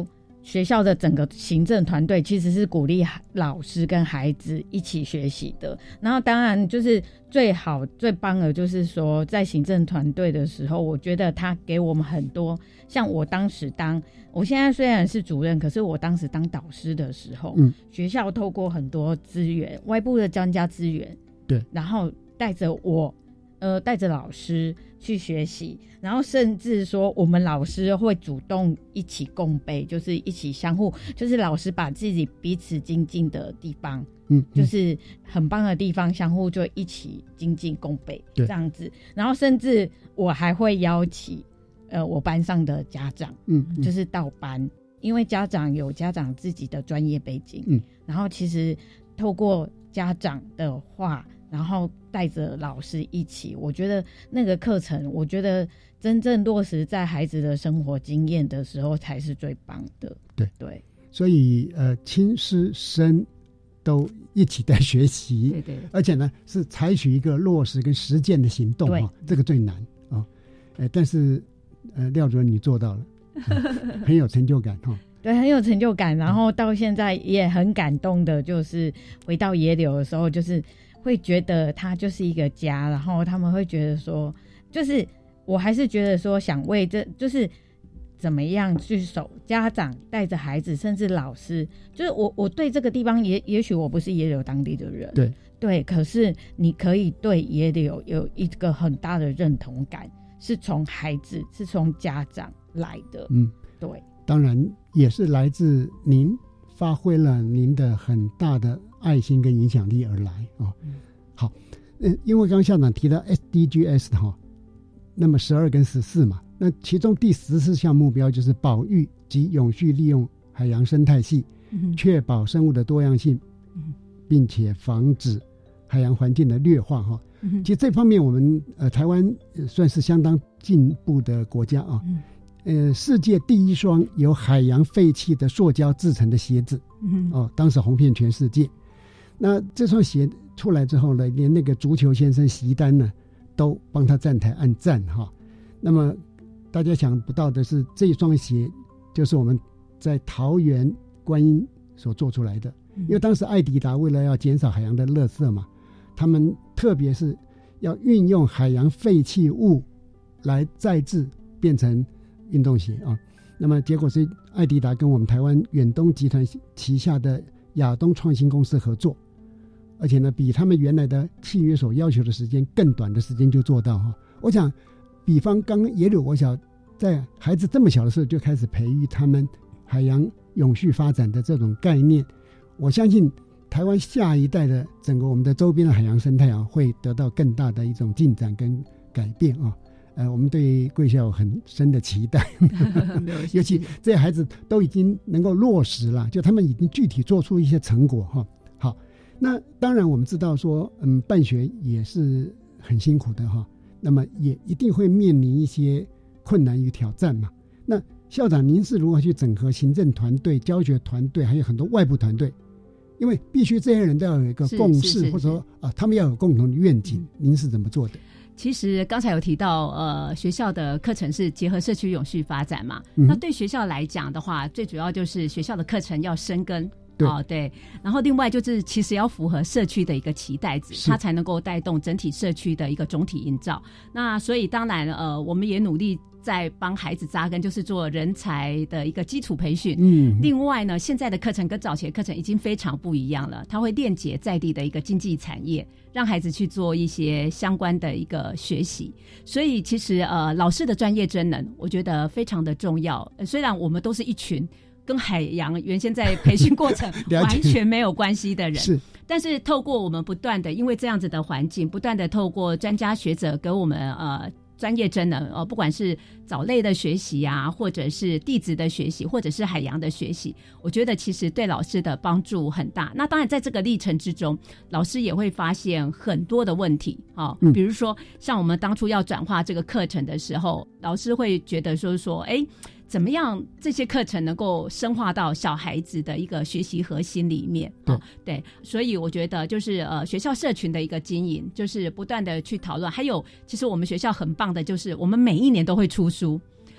学校的整个行政团队其实是鼓励老师跟孩子一起学习的。然后当然就是最好最棒的就是说在行政团队的时候，我觉得他给我们很多，像我当时当我现在虽然是主任，可是我当时当导师的时候，嗯，学校透过很多资源，外部的专家资源，对，然后带着我呃，带着老师去学习，然后甚至说我们老师会主动一起共备，就是一起相互，就是老师把自己彼此精进的地方，嗯，就是很棒的地方，相互就一起精进共备这样子。然后甚至我还会邀请呃我班上的家长，嗯，嗯就是到班，因为家长有家长自己的专业背景，嗯，然后其实透过家长的话，然后带着老师一起，我觉得那个课程，我觉得真正落实在孩子的生活经验的时候才是最棒的。对对， 所以呃，亲师生都一起在学习，对对，而且呢是采取一个落实跟实践的行动，哦，这个最难啊，哦呃。但是呃，廖主任你做到了，嗯，很有成就感哈。哦对，很有成就感，然后到现在也很感动的，就是回到野柳的时候，就是会觉得它就是一个家，然后他们会觉得说，就是我还是觉得说，想为这就是怎么样去守，家长带着孩子，甚至老师，就是我我对这个地方也也许我不是野柳当地的人，对对，可是你可以对野柳有一个很大的认同感，是从孩子，是从家长来的，嗯，对。 当然也是来自您发挥了您的很大的爱心跟影响力而来啊，哦嗯。好，嗯，因为刚刚校长提到 S D Gs 的哈，那么十二跟十四嘛，那其中第十四项目标就是保育及永续利用海洋生态系，嗯，确保生物的多样性，嗯，并且防止海洋环境的劣化哈，嗯。其实这方面我们呃台湾算是相当进步的国家啊。嗯呃，世界第一双由海洋废弃的塑胶制成的鞋子，嗯，哦，当时红遍全世界。那这双鞋出来之后呢，连那个足球先生席丹呢，都帮他站台按赞哈。那么大家想不到的是，这双鞋就是我们在桃园观音所做出来的，嗯，因为当时艾迪达为了要减少海洋的垃圾嘛，他们特别是要运用海洋废弃物来再制，变成运动鞋啊，那么结果是艾迪达跟我们台湾远东集团旗下的亚东创新公司合作，而且呢，比他们原来的契约所要求的时间更短的时间就做到哈。我想，比方刚野柳国小在孩子这么小的时候就开始培育他们海洋永续发展的这种概念，我相信台湾下一代的整个我们的周边的海洋生态啊，会得到更大的一种进展跟改变啊。呃，我们对贵校有很深的期待，尤其这些孩子都已经能够落实了，就他们已经具体做出一些成果哈。好，那当然我们知道说，嗯，办学也是很辛苦的哈，那么也一定会面临一些困难与挑战嘛。那校长您是如何去整合行政团队、教学团队，还有很多外部团队？因为必须这些人都要有一个共识，或者说啊，他们要有共同的愿景，嗯，您是怎么做的？ 其实刚才有提到，呃，学校的课程是结合社区永续发展嘛。嗯，那对学校来讲的话，最主要就是学校的课程要深耕。对，哦，对，然后另外就是其实要符合社区的一个期待值，它才能够带动整体社区的一个总体营造。那所以当然呃我们也努力在帮孩子扎根，就是做人才的一个基础培训。嗯，另外呢，现在的课程跟早期的课程已经非常不一样了，它会链接在地的一个经济产业，让孩子去做一些相关的一个学习。所以其实呃老师的专业真能我觉得非常的重要，呃、虽然我们都是一群跟海洋原先在培训过程完全没有关系的人，是，但是透过我们不断的，因为这样子的环境，不断的透过专家学者给我们呃专业真能，呃，不管是藻类的学习啊，或者是地质的学习，或者是海洋的学习，我觉得其实对老师的帮助很大。那当然在这个历程之中，老师也会发现很多的问题啊，哦，比如说像我们当初要转化这个课程的时候，老师会觉得说说，哎，怎么样这些课程能够深化到小孩子的一个学习核心里面？对，哦，对，所以我觉得就是呃学校社群的一个经营，就是不断的去讨论。还有，其实我们学校很棒的，就是我们每一年都会出书。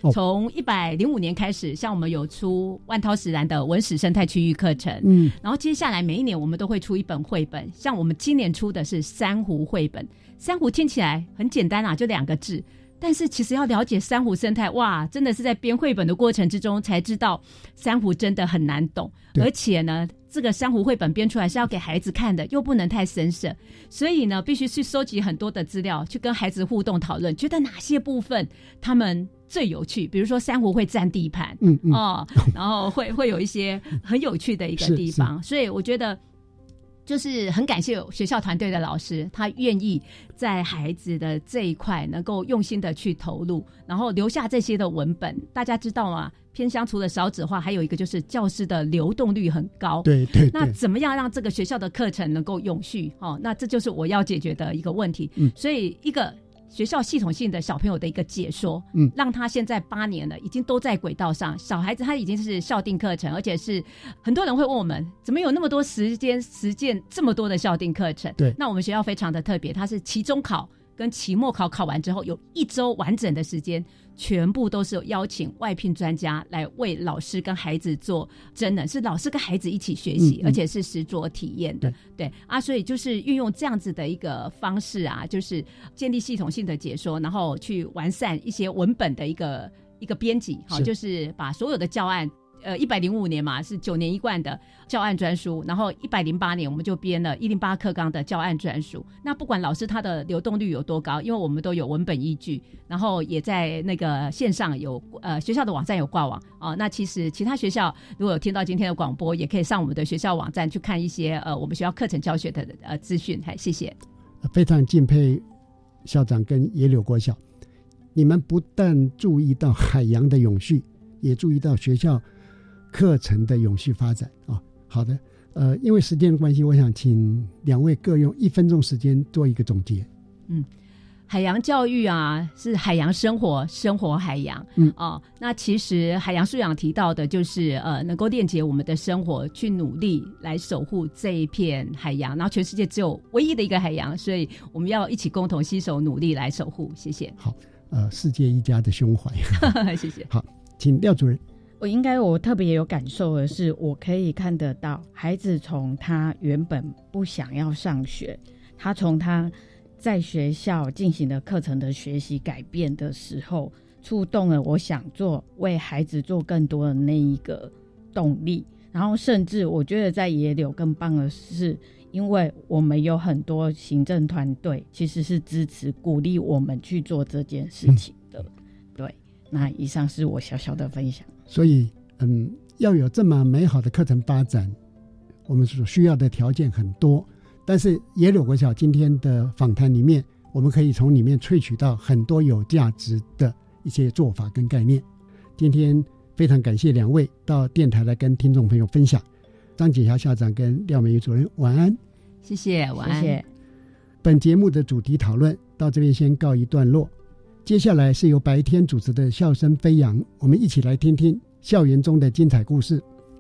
从一百零五年开始，像我们有出万涛石兰的文史生态区域课程， 嗯， 然后接下来每一年我们都会出一本绘本，像我们今年出的是珊瑚绘本。珊瑚听起来很简单啊，就两个字，但是其实要了解珊瑚生态，哇，真的是在编绘本的过程之中才知道珊瑚真的很难懂，而且呢这个珊瑚绘本编出来是要给孩子看的，又不能太深色，所以呢必须去收集很多的资料，去跟孩子互动讨论，觉得哪些部分他们最有趣，比如说珊瑚会占地盘， 嗯嗯哦，然后会会有一些很有趣的一个地方，所以我觉得就是很感谢学校团队的老师，他愿意在孩子的这一块能够用心的去投入，然后留下这些的文本。大家知道吗？偏乡除了少子化，还有一个就是教师的流动率很高。 对 对, 对。 那怎么样让这个学校的课程能够永续？哦，那这就是我要解决的一个问题。 嗯， 所以一个学校系统性的小朋友的一个解说， 嗯， 让他现在八年了，已经都在轨道上。小孩子他已经是校定课程，而且是很多人会问我们，怎么有那么多时间实践这么多的校定课程？ 对， 那我们学校非常的特别，它是期中考跟期末考考完之后，有一周完整的时间，全部都是邀请外聘专家来为老师跟孩子做真人，是老师跟孩子一起学习，嗯嗯，而且是实作体验的。对, 对啊，所以就是运用这样子的一个方式啊，就是建立系统性的解说，然后去完善一些文本的一个一个编辑，好，就是把所有的教案。呃，一百零五年嘛，是九年一贯的教案专书，然后一百零八年我们就编了一零八课纲的教案专书。那不管老师他的流动率有多高，因为我们都有文本依据，然后也在那个线上有呃学校的网站有挂网啊、呃。那其实其他学校如果有听到今天的广播，也可以上我们的学校网站去看一些呃我们学校课程教学的呃资讯。还谢谢， 非常敬佩校长跟野柳国小，你们不但注意到海洋的永续，也注意到学校课程的永续发展啊、哦，好的，呃，因为时间的关系，我想请两位各用一分钟时间做一个总结。 嗯，海洋教育啊，是海洋生活，生活海洋。 嗯哦，那其实海洋素养提到的就是呃，能够链接我们的生活，去努力来守护这一片海洋。然后全世界只有唯一的一个海洋，所以我们要一起共同携手努力来守护。谢谢。 好，呃，世界一家的胸怀。 谢谢。 好，请廖主任。 我应该我特别有感受的是，我可以看得到孩子从他原本不想要上学，他从他在学校进行的课程的学习改变的时候，触动了我想做为孩子做更多的那一个动力。然后甚至我觉得在野柳更棒的是，因为我们有很多行政团队其实是支持鼓励我们去做这件事情的、嗯、对，那以上是我小小的分享。 所以嗯，要有这么美好的课程发展，我们所需要的条件很多，但是野柳国小今天的访谈里面，我们可以从里面萃取到很多有价值的一些做法跟概念。今天非常感谢两位到电台来跟听众朋友分享。张锦霞校长跟廖美玉主任晚安。 谢谢，晚安。谢谢。 本节目的主题讨论到这边先告一段落，接下来是由白天主持的笑声飞扬，我们一起来听听校园中的精彩故事。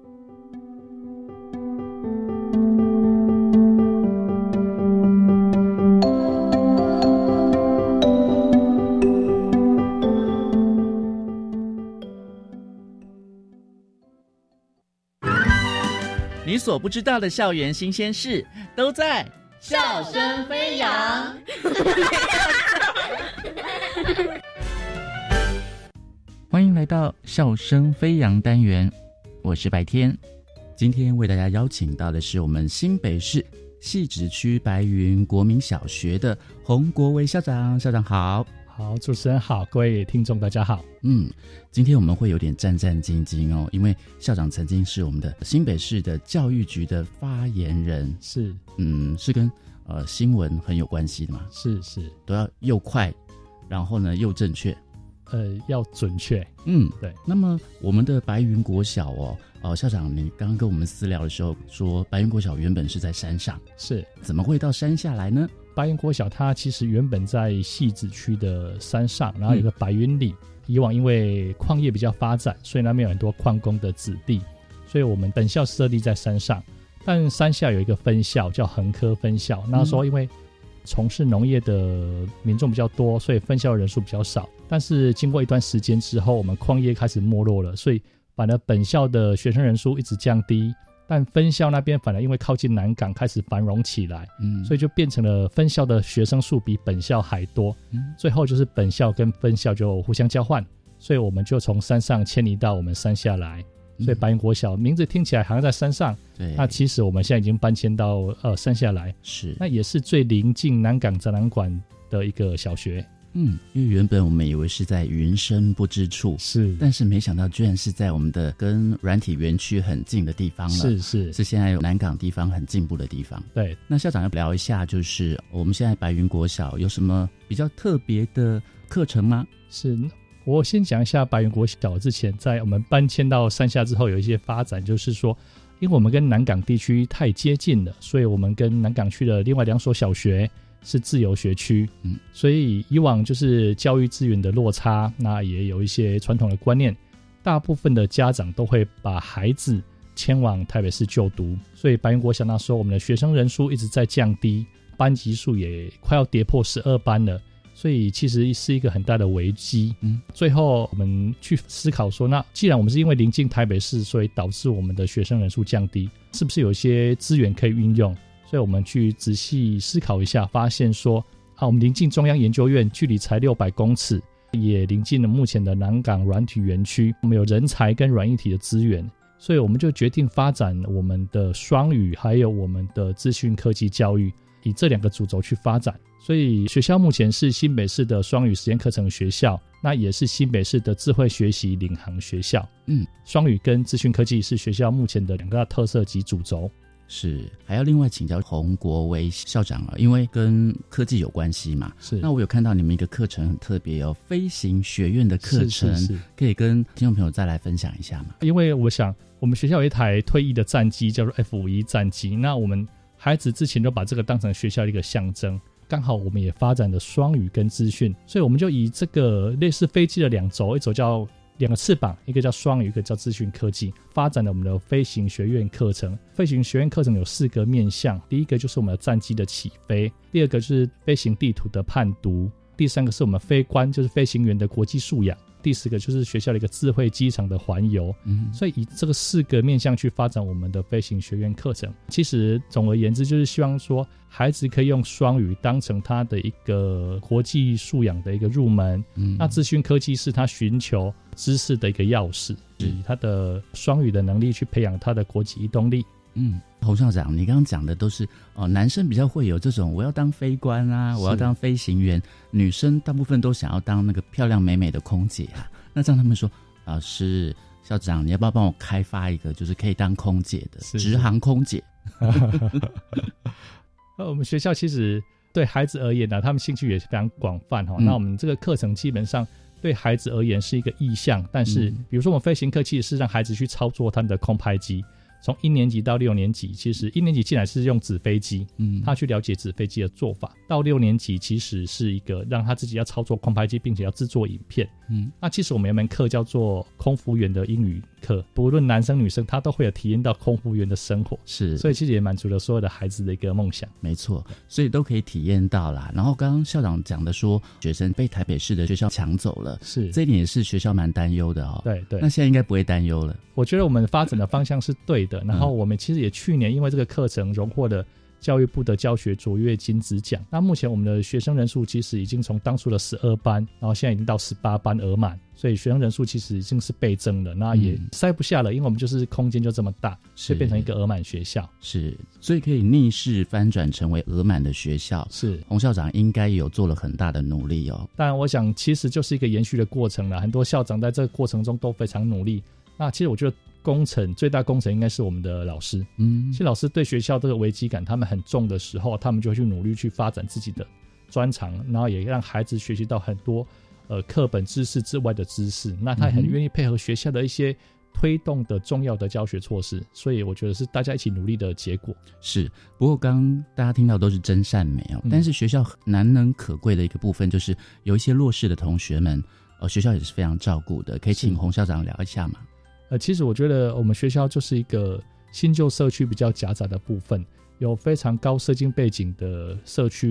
你所不知道的校园新鲜事都在笑声飞扬。 欢迎来到笑声飞扬单元，我是白天。今天为大家邀请到的是我们新北市汐止区白云国民小学的洪国维校长。校长好。 好，主持人好，各位听众大家好。 嗯，今天我们会有点战战兢兢哦，因为校长曾经是我们的新北市的教育局的发言人， 是， 嗯，是跟呃新闻很有关系的嘛？ 是是， 都要又快，然后呢又正确， 呃，要准确。 嗯， 对。 那么我们的白云国小哦，哦、呃，校长，你刚刚跟我们私聊的时候说，白云国小原本是在山上， 是， 怎么会到山下来呢？ 白云国小它其实原本在汐止区的山上，然后有个白云里、嗯、以往因为矿业比较发展，所以那边有很多矿工的子弟，所以我们本校设立在山上，但山下有一个分校叫横科分校。那时候因为从事农业的民众比较多，所以分校人数比较少。但是经过一段时间之后，我们矿业开始没落了，所以反而本校的学生人数一直降低，但分校那边反而因为靠近南港开始繁荣起来，嗯，所以就变成了分校的学生数比本校还多，嗯，最后就是本校跟分校就互相交换，所以我们就从山上迁移到我们山下来。所以白云国小名字听起来好像在山上，对，那其实我们现在已经搬迁到呃山下来，是，那也是最临近南港展览馆的一个小学。 嗯，因为原本我们以为是在云深不知处，是，但是没想到居然是在我们的跟软体园区很近的地方了，是是是现在有南港地方很进步的地方。对，那校长要聊一下，就是我们现在白云国小有什么比较特别的课程吗？ 是。我先讲一下白云国小之前在我们搬迁到山下之后有一些发展，就是说因为我们跟南港地区太接近了，所以我们跟南港区的另外两所小学是自由学区，嗯，所以以往就是教育资源的落差，那也有一些传统的观念，大部分的家长都会把孩子迁往台北市就读，所以白云国小那时候我们的学生人数一直在降低，班级数也快要跌破十二班了，所以其实是一个很大的危机。嗯，最后我们去思考说，那既然我们是因为临近台北市，所以导致我们的学生人数降低，是不是有一些资源可以运用？所以我们去仔细思考一下，发现说啊，我们临近中央研究院，距离才六百公尺，也临近了目前的南港软体园区，我们有人才跟软硬体的资源，所以我们就决定发展我们的双语，还有我们的资讯科技教育，以这两个主轴去发展。所以学校目前是新北市的双语实验课程学校，那也是新北市的智慧学习领航学校。嗯，双语跟资讯科技是学校目前的两个特色及主轴。 是，还要另外请教洪国威校长啊，因为跟科技有关系嘛。是，那我有看到你们一个课程很特别哦，飞行学院的课程，是是是，可以跟听众朋友再来分享一下吗？ 因为我想我们学校有一台退役的战机叫做 F 五十一 战机，那我们孩子之前都把这个当成学校的一个象征，刚好我们也发展了双语跟资讯，所以我们就以这个类似飞机的两轴，一轴叫两个翅膀，一个叫双语，一个叫资讯科技，发展了我们的飞行学院课程。飞行学院课程有四个面向，第一个就是我们的战机的起飞，第二个就是飞行地图的判读，第三个是我们飞官，就是飞行员的国际素养，第四个就是学校的一个智慧机场的环游。嗯，所以以这个四个面向去发展我们的飞行学院课程。其实总而言之就是希望说孩子可以用双语当成他的一个国际素养的一个入门。嗯，那资讯科技是他寻求知识的一个钥匙，以他的双语的能力去培养他的国际移动力。 嗯，洪校长，你刚刚讲的都是哦，男生比较会有这种我要当飞官啊，我要当飞行员，女生大部分都想要当那个漂亮美美的空姐啊。那这样他们说，老师、校长，你要不要帮我开发一个就是可以当空姐的直航空姐？ 那我们学校其实对孩子而言呢、啊，他们兴趣也是非常广泛哈、哦嗯。那我们这个课程基本上对孩子而言是一个意向，但是比如说我们飞行科技是让孩子去操作他们的空拍机。从一年级到六年级，其实一年级进来是用纸飞机，嗯，他去了解纸飞机的做法。到六年级其实是一个让他自己要操作空拍机，并且要制作影片。嗯，那其实我们有门课叫做空服员的英语课，不论男生女生，他都会有体验到空服员的生活。是，所以其实也满足了所有的孩子的一个梦想。 没错，所以都可以体验到啦。然后刚刚校长讲的说，学生被台北市的学校抢走了，是这一点也是学校蛮担忧的哦。对对，那现在应该不会担忧了。 我觉得我们发展的方向是对的。然后我们其实也去年因为这个课程荣获了教育部的教学卓越金质奖。那目前我们的学生人数其实已经从当初的十二班，然后现在已经到十八班额满，所以学生人数其实已经是倍增了。那也塞不下了，因为我们就是空间就这么大，所以变成一个额满学校。 是，所以可以逆势翻转成为额满的学校。是，洪校长应该有做了很大的努力哦。 当然我想其实就是一个延续的过程了，很多校长在这个过程中都非常努力。那其实我觉得工程最大工程应该是我们的老师。嗯，其实老师对学校这个危机感他们很重的时候，他们就会去努力去发展自己的专长，然后也让孩子学习到很多呃课本知识之外的知识。那他很愿意配合学校的一些推动的重要的教学措施，所以我觉得是大家一起努力的结果。 是，不过刚刚大家听到都是真善美哦、嗯，但是学校难能可贵的一个部分就是有一些弱势的同学们，呃，学校也是非常照顾的。可以请洪校长聊一下吗？ 呃，其实我觉得我们学校就是一个新旧社区比较夹杂的部分，有非常高社经背景的社区，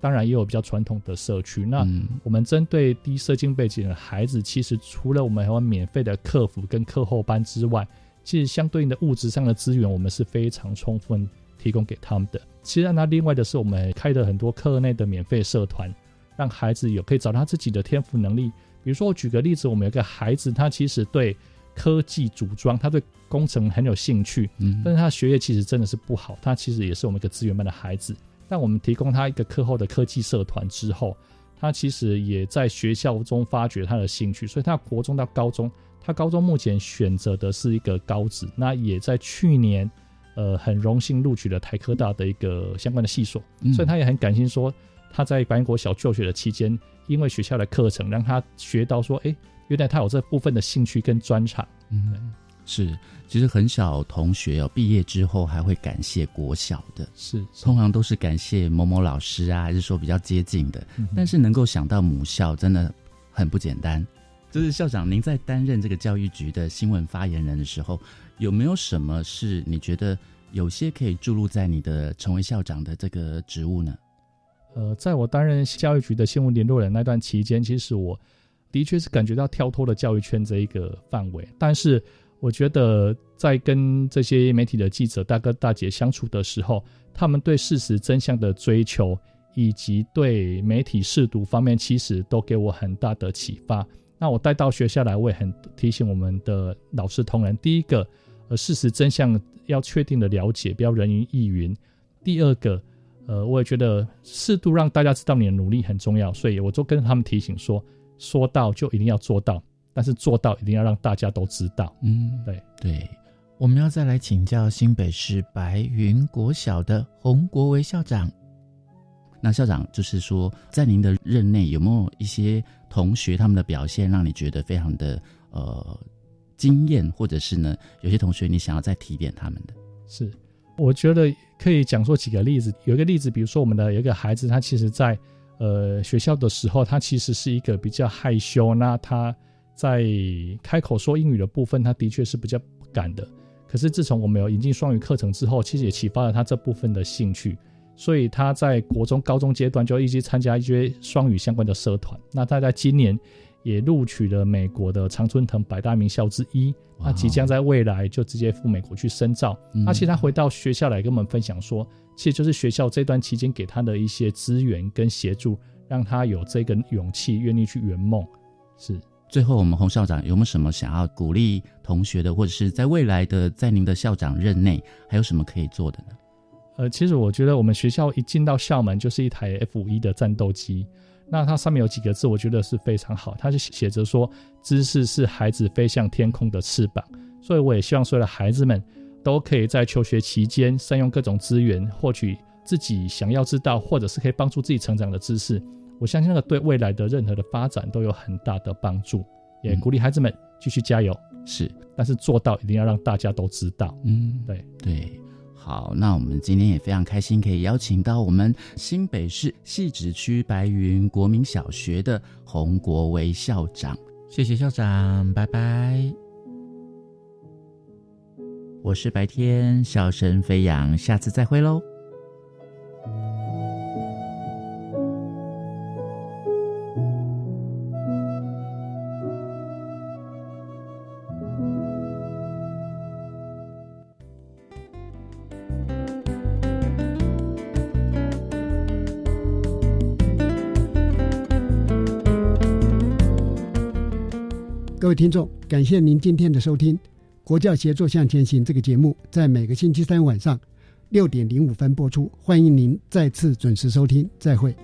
当然也有比较传统的社区。那我们针对低社经背景的孩子，其实除了我们还有免费的课辅跟课后班之外，其实相对应的物质上的资源我们是非常充分提供给他们的。其实那另外的是我们开了很多课内的免费社团，让孩子有可以找到他自己的天赋能力。比如说我举个例子，我们有个孩子他其实对科技组装，他对工程很有兴趣、嗯、但是他学业其实真的是不好，他其实也是我们一个资源班的孩子。但我们提供他一个课后的科技社团之后，他其实也在学校中发掘他的兴趣，所以他国中到高中，他高中目前选择的是一个高职，那也在去年呃很荣幸录取了台科大的一个相关的系所、嗯、所以他也很感谢说他在百灵国小就学的期间，因为学校的课程让他学到说哎，原来他有这部分的兴趣跟专长。 嗯，是，其实很少同学哦，毕业之后还会感谢国小的， 是， 通常都是感谢某某老师啊，还是说比较接近的、嗯、但是能够想到母校真的很不简单。就是校长，您在担任这个教育局的新闻发言人的时候，有没有什么是你觉得有些可以注入在你的成为校长的这个职务呢？ 呃，在我担任教育局的新闻联络人那段期间，其实我的确是感觉到跳脱了教育圈这一个范围，但是我觉得在跟这些媒体的记者大哥大姐相处的时候，他们对事实真相的追求以及对媒体识读方面，其实都给我很大的启发。那我带到学校来，我也很提醒我们的老师同仁，第一个呃，事实真相要确定的了解，不要人云亦云。第二个呃，我也觉得适度让大家知道你的努力很重要，所以我就跟他们提醒说，说到就一定要做到，但是做到一定要让大家都知道。 嗯， 对对。我们要再来请教新北市白云国小的洪国维校长。 那校长就是说，在您的任内有没有一些同学他们的表现让你觉得非常的呃惊艳，或者是呢有些同学你想要再提点他们的？ 是，我觉得可以讲说几个例子。有一个例子，比如说我们的有一个孩子，他其实在呃学校的时候，他其实是一个比较害羞，那他在开口说英语的部分，他的确是比较不敢的。可是自从我们有引进双语课程之后，其实也启发了他这部分的兴趣，所以他在国中高中阶段就一直参加一些双语相关的社团。那他在今年也录取了美国的常春藤百大名校之一，那即将在未来就直接赴美国去深造。那其实他回到学校来跟我们分享说，其实就是学校这段期间给他的一些资源跟协助，让他有这个勇气愿意去圆梦。是， 最后我们洪校长有没有什么想要鼓励同学的，或者是在未来的在您的校长任内还有什么可以做的呢？ 呃，其实我觉得我们学校一进到校门就是一台 F 一 的战斗机，那它上面有几个字我觉得是非常好，它是写着说知识是孩子飞向天空的翅膀。所以我也希望所有的孩子们都可以在求学期间善用各种资源，获取自己想要知道或者是可以帮助自己成长的知识。我相信那个对未来的任何的发展都有很大的帮助，也鼓励孩子们继续加油。 是， 但是做到一定要让大家都知道。 嗯， 对对。好，那我们今天也非常开心可以邀请到我们新北市汐止区白云国民小学的洪国维校长。 谢谢校长，拜拜。 我是白天，笑声飞扬，下次再会咯。 各位听众，感谢您今天的收听。国教协作向前行这个节目在每个星期三晚上六点零五分播出，欢迎您再次准时收听，再会。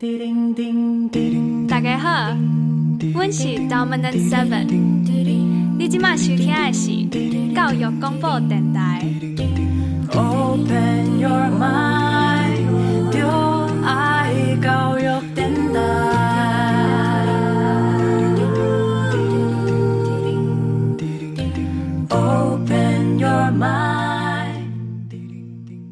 大家好，阮是Dominant Seven， 你即马收听的是教育广播电台。 Open your mind.